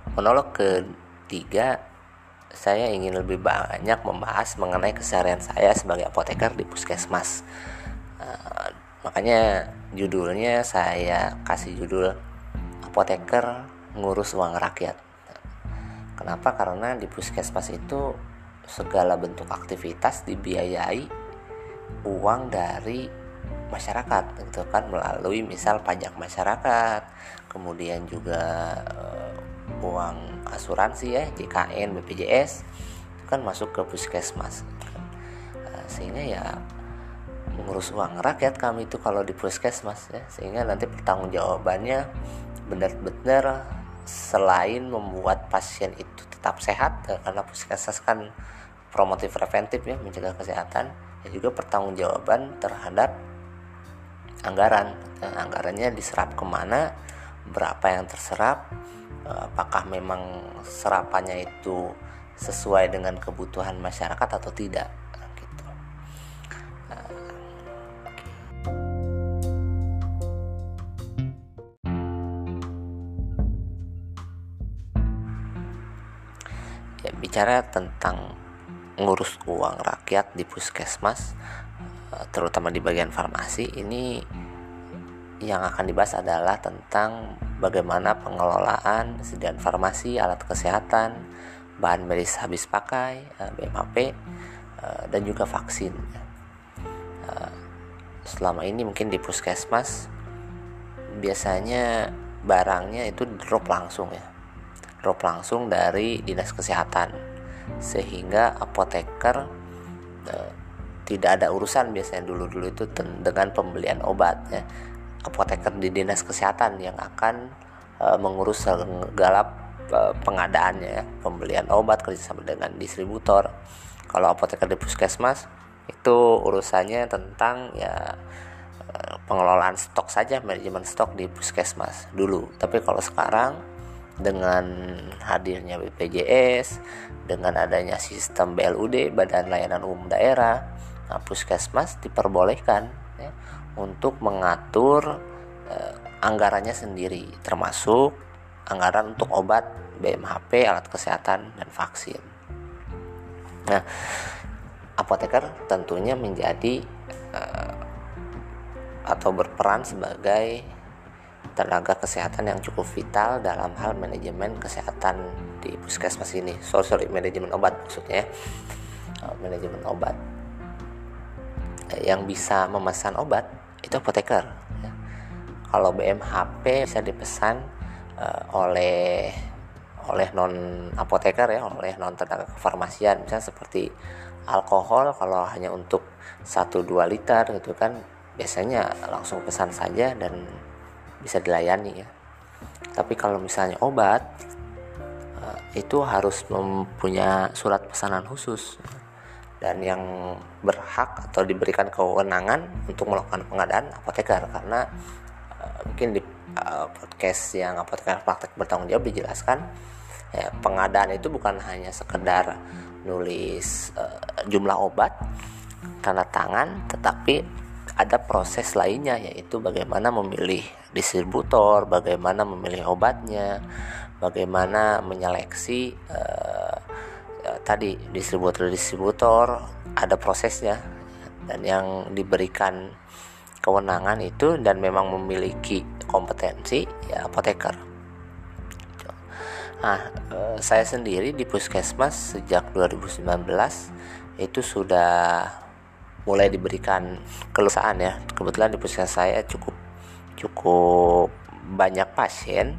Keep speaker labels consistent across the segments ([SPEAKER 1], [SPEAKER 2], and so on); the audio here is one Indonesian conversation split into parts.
[SPEAKER 1] Monolog ketiga, saya ingin lebih banyak membahas mengenai keseharian saya sebagai apoteker di puskesmas. Makanya judulnya saya kasih judul Apoteker Ngurus Uang Rakyat. Kenapa? Karena di puskesmas itu segala bentuk aktivitas dibiayai uang dari masyarakat, gitu kan, melalui misal pajak masyarakat, kemudian juga uang asuransi ya, JKN, BPJS itu kan masuk ke puskesmas. Sehingga ya mengurus uang rakyat kami itu kalau di puskesmas ya, sehingga nanti pertanggungjawabannya benar-benar selain membuat pasien itu tetap sehat karena puskesmas kan promotif preventif ya, mencegah kesehatan, ya juga pertanggungjawaban terhadap anggaran. Anggarannya diserap kemana, berapa yang terserap, apakah memang serapannya itu sesuai dengan kebutuhan masyarakat atau tidak gitu. Ya, bicara tentang ngurus uang rakyat di puskesmas, terutama di bagian farmasi, ini yang akan dibahas adalah tentang bagaimana pengelolaan persediaan farmasi, alat kesehatan, bahan medis habis pakai, BMHP, dan juga vaksin. Selama ini mungkin di puskesmas biasanya barangnya itu drop langsung dari dinas kesehatan, sehingga apoteker tidak ada urusan biasanya dulu itu dengan pembelian obat ya. Apoteker di dinas kesehatan yang akan mengurus segala pengadaannya ya, pembelian obat kerjasama dengan distributor. Kalau apoteker di puskesmas itu urusannya tentang ya pengelolaan stok saja, manajemen stok di puskesmas dulu. Tapi kalau sekarang dengan hadirnya BPJS, dengan adanya sistem BLUD, Badan Layanan Umum Daerah, puskesmas diperbolehkan ya, untuk mengatur anggarannya sendiri, termasuk anggaran untuk obat, BMHP, alat kesehatan, dan vaksin. Nah, apoteker tentunya menjadi atau berperan sebagai tenaga kesehatan yang cukup vital dalam hal manajemen kesehatan di puskesmas ini. Manajemen obat maksudnya, manajemen obat. Yang bisa memesan obat itu apoteker ya. Kalau BMHP bisa dipesan oleh non apoteker ya, oleh non tenaga kefarmasian, misalnya seperti alkohol kalau hanya untuk 1-2 liter gitu kan, biasanya langsung pesan saja dan bisa dilayani ya. Tapi kalau misalnya obat itu harus mempunyai surat pesanan khusus, dan yang berhak atau diberikan kewenangan untuk melakukan pengadaan apoteker. Karena mungkin di podcast yang apoteker praktek bertanggung jawab dijelaskan ya, pengadaan itu bukan hanya sekedar nulis jumlah obat, tanda tangan, tetapi ada proses lainnya, yaitu bagaimana memilih distributor, bagaimana memilih obatnya, bagaimana menyeleksi tadi distributor, ada prosesnya, dan yang diberikan kewenangan itu dan memang memiliki kompetensi ya apoteker. Nah, saya sendiri di puskesmas sejak 2019 itu sudah mulai diberikan kelulusan ya. Kebetulan di puskesmas saya cukup banyak pasien,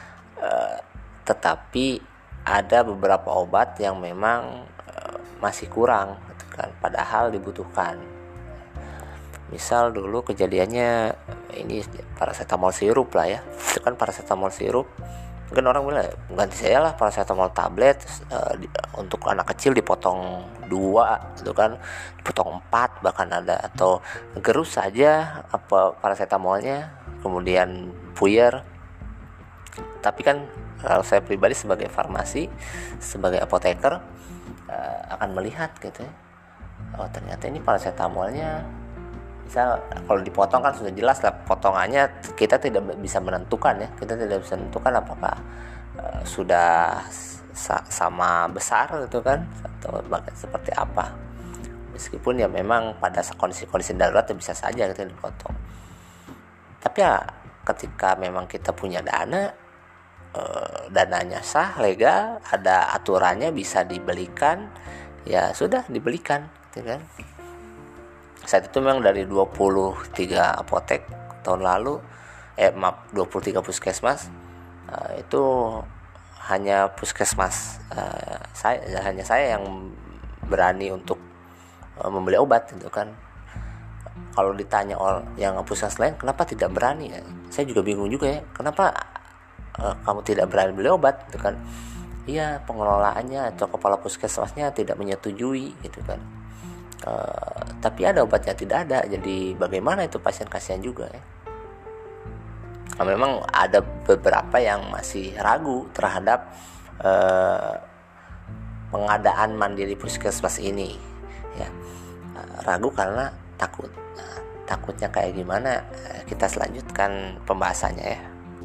[SPEAKER 1] tetapi ada beberapa obat yang memang masih kurang gitu kan, padahal dibutuhkan. Misal dulu kejadiannya ini paracetamol sirup lah ya, itu kan paracetamol sirup, mungkin orang bilang ganti saya lah paracetamol tablet, untuk anak kecil dipotong 2 gitu kan, dipotong 4 bahkan ada, atau gerus saja paracetamolnya kemudian puyer. Tapi kan kalau saya pribadi sebagai farmasi, sebagai apoteker, akan melihat gitu ya, oh ternyata ini paracetamolnya, misal kalau dipotong kan sudah jelas lah potongannya, kita tidak bisa menentukan ya, kita tidak bisa menentukan apakah sudah sama besar gitu kan, atau seperti apa. Meskipun ya memang pada kondisi darurat bisa saja kita dipotong. Tapi ya ketika memang kita punya dananya sah, legal, ada aturannya, bisa dibelikan, ya sudah dibelikan gitu kan. Saat itu memang dari 23 apotek tahun lalu, 23 puskesmas, itu hanya puskesmas hanya saya yang berani untuk membeli obat gitu kan. Kalau ditanya yang puskesmas lain kenapa tidak berani, ya saya juga bingung juga ya, kenapa kamu tidak berani beli obat gitu kan. Iya, pengelolaannya atau kepala puskesmasnya tidak menyetujui gitu kan. Tapi ada obatnya tidak ada, jadi bagaimana itu pasien kasihan juga ya. Memang ada beberapa yang masih ragu terhadap pengadaan mandiri puskesmas ini ya, ragu karena takut. Takutnya kayak gimana, kita selanjutkan pembahasannya ya.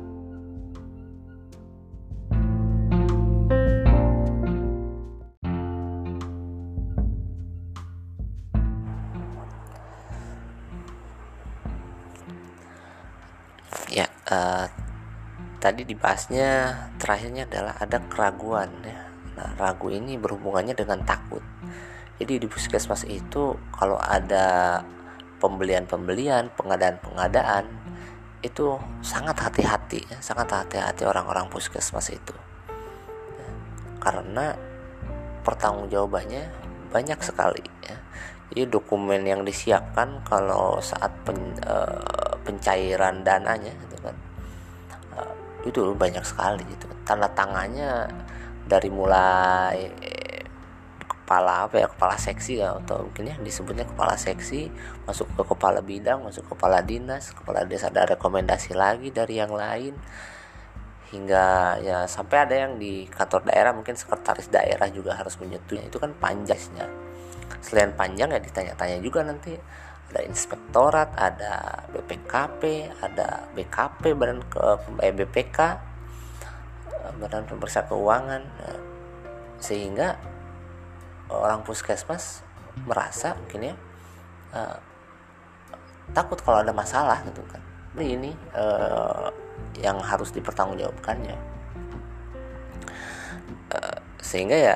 [SPEAKER 1] Ya, tadi dibahasnya terakhirnya adalah ada keraguan ya. Nah, ragu ini berhubungannya dengan takut. Jadi di puskesmas itu kalau ada pembelian-pembelian, pengadaan-pengadaan, itu sangat hati-hati ya, sangat hati-hati orang-orang puskesmas itu. Karena pertanggungjawabannya banyak sekali ya. Jadi dokumen yang disiapkan kalau saat pencairan dananya gitu kan, itu banyak sekali gitu. Tanda tangannya dari mulai kepala seksi ya, atau mungkin ya disebutnya kepala seksi, masuk ke kepala bidang, masuk ke kepala dinas, ada rekomendasi lagi dari yang lain, hingga ya sampai ada yang di kantor daerah, mungkin sekretaris daerah juga harus menyetujui. Itu kan panjangnya. Selain panjang ya ditanya-tanya juga nanti, ada inspektorat, ada BPKP, ada BKP, BPK, Badan Pemeriksa Keuangan, sehingga orang puskesmas merasa mungkin ya takut kalau ada masalah gitu kan. Ini yang harus dipertanggungjawabkannya, sehingga ya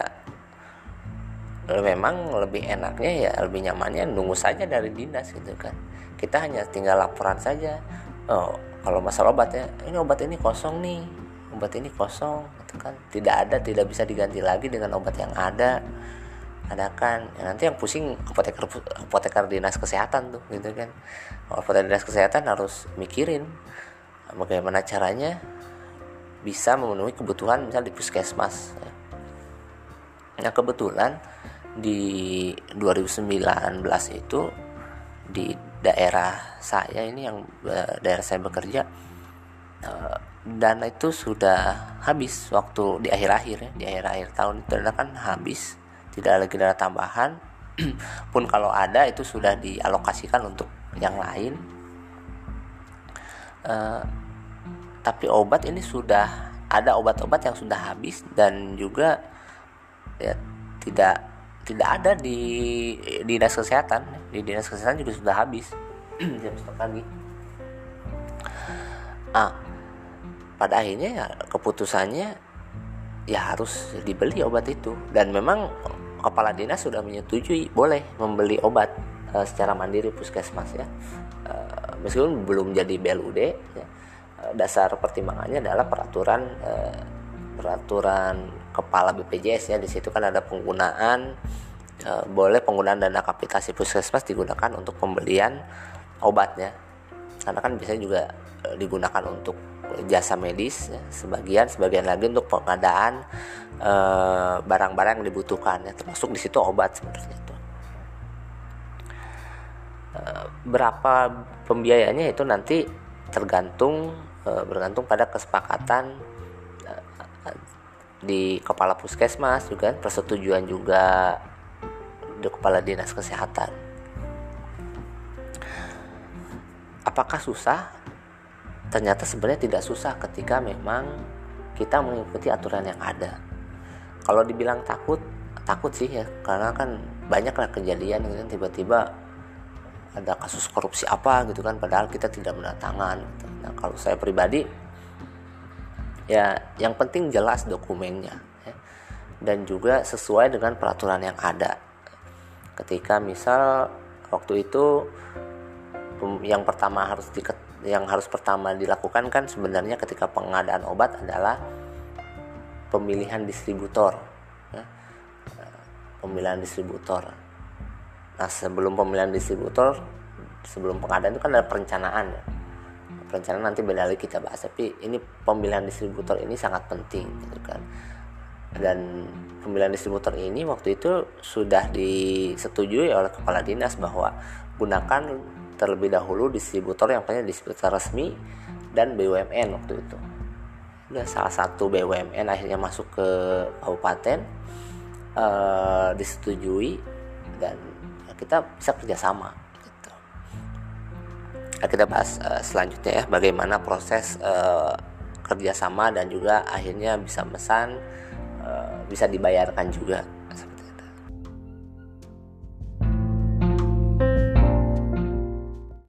[SPEAKER 1] memang lebih enaknya ya, lebih nyamannya nunggu saja dari dinas gitu kan. Kita hanya tinggal laporan saja, kalau masalah obat ya, ini obat ini kosong nih, obat ini kosong gitu kan, tidak bisa diganti lagi dengan obat yang ada kan ya. Nanti yang pusing apoteker dinas kesehatan tuh gitu kan. Apoteker dinas kesehatan harus mikirin bagaimana caranya bisa memenuhi kebutuhan misal di puskesmas ya. Nah, kebetulan di 2019 itu di daerah saya ini, yang daerah saya bekerja, dana itu sudah habis waktu di akhir-akhir ya, di akhir-akhir tahun itu dana kan habis, tidak lagi dana tambahan. Pun kalau ada itu sudah dialokasikan untuk yang lain. Tapi obat ini sudah ada, obat-obat yang sudah habis, dan juga ya tidak ada di dinas kesehatan. Di dinas kesehatan juga sudah habis jam setengah pagi. Pada akhirnya ya keputusannya ya harus dibeli obat itu, dan memang kepala dinas sudah menyetujui boleh membeli obat secara mandiri puskesmas ya, meskipun belum jadi BLUD ya. Dasar pertimbangannya adalah peraturan kepala BPJS ya. Di situ kan ada penggunaan boleh penggunaan dana kapitasi puskesmas digunakan untuk pembelian obatnya, karena kan biasanya juga digunakan untuk jasa medis ya, sebagian lagi untuk pengadaan barang-barang yang dibutuhkan ya, termasuk di situ obat sebenarnya itu. Berapa pembiayaannya itu nanti bergantung pada kesepakatan di kepala puskesmas juga, persetujuan juga di kepala dinas kesehatan. Apakah susah? Ternyata sebenarnya tidak susah ketika memang kita mengikuti aturan yang ada. Kalau dibilang takut sih ya, karena kan banyak lah kejadian gitu kan, tiba-tiba ada kasus korupsi apa gitu kan, padahal kita tidak menandatangan gitu. Nah kalau saya pribadi ya yang penting jelas dokumennya ya, dan juga sesuai dengan peraturan yang ada. Ketika misal waktu itu yang harus pertama dilakukan kan sebenarnya ketika pengadaan obat adalah pemilihan distributor ya. Pemilihan distributor. Nah sebelum pemilihan distributor, sebelum pengadaan itu kan ada perencanaan ya. Perencanaan nanti beda lagi kita bahas, tapi ini pemilihan distributor ini sangat penting gitu kan. Dan pemilihan distributor ini waktu itu sudah disetujui oleh kepala dinas bahwa gunakan terlebih dahulu distributor yang punya distributor resmi dan BUMN waktu itu. Udah salah satu BUMN akhirnya masuk ke kabupaten, disetujui, dan kita bisa kerjasama gitu. Nah, kita bahas selanjutnya ya, bagaimana proses kerjasama dan juga akhirnya bisa memesan, bisa dibayarkan juga.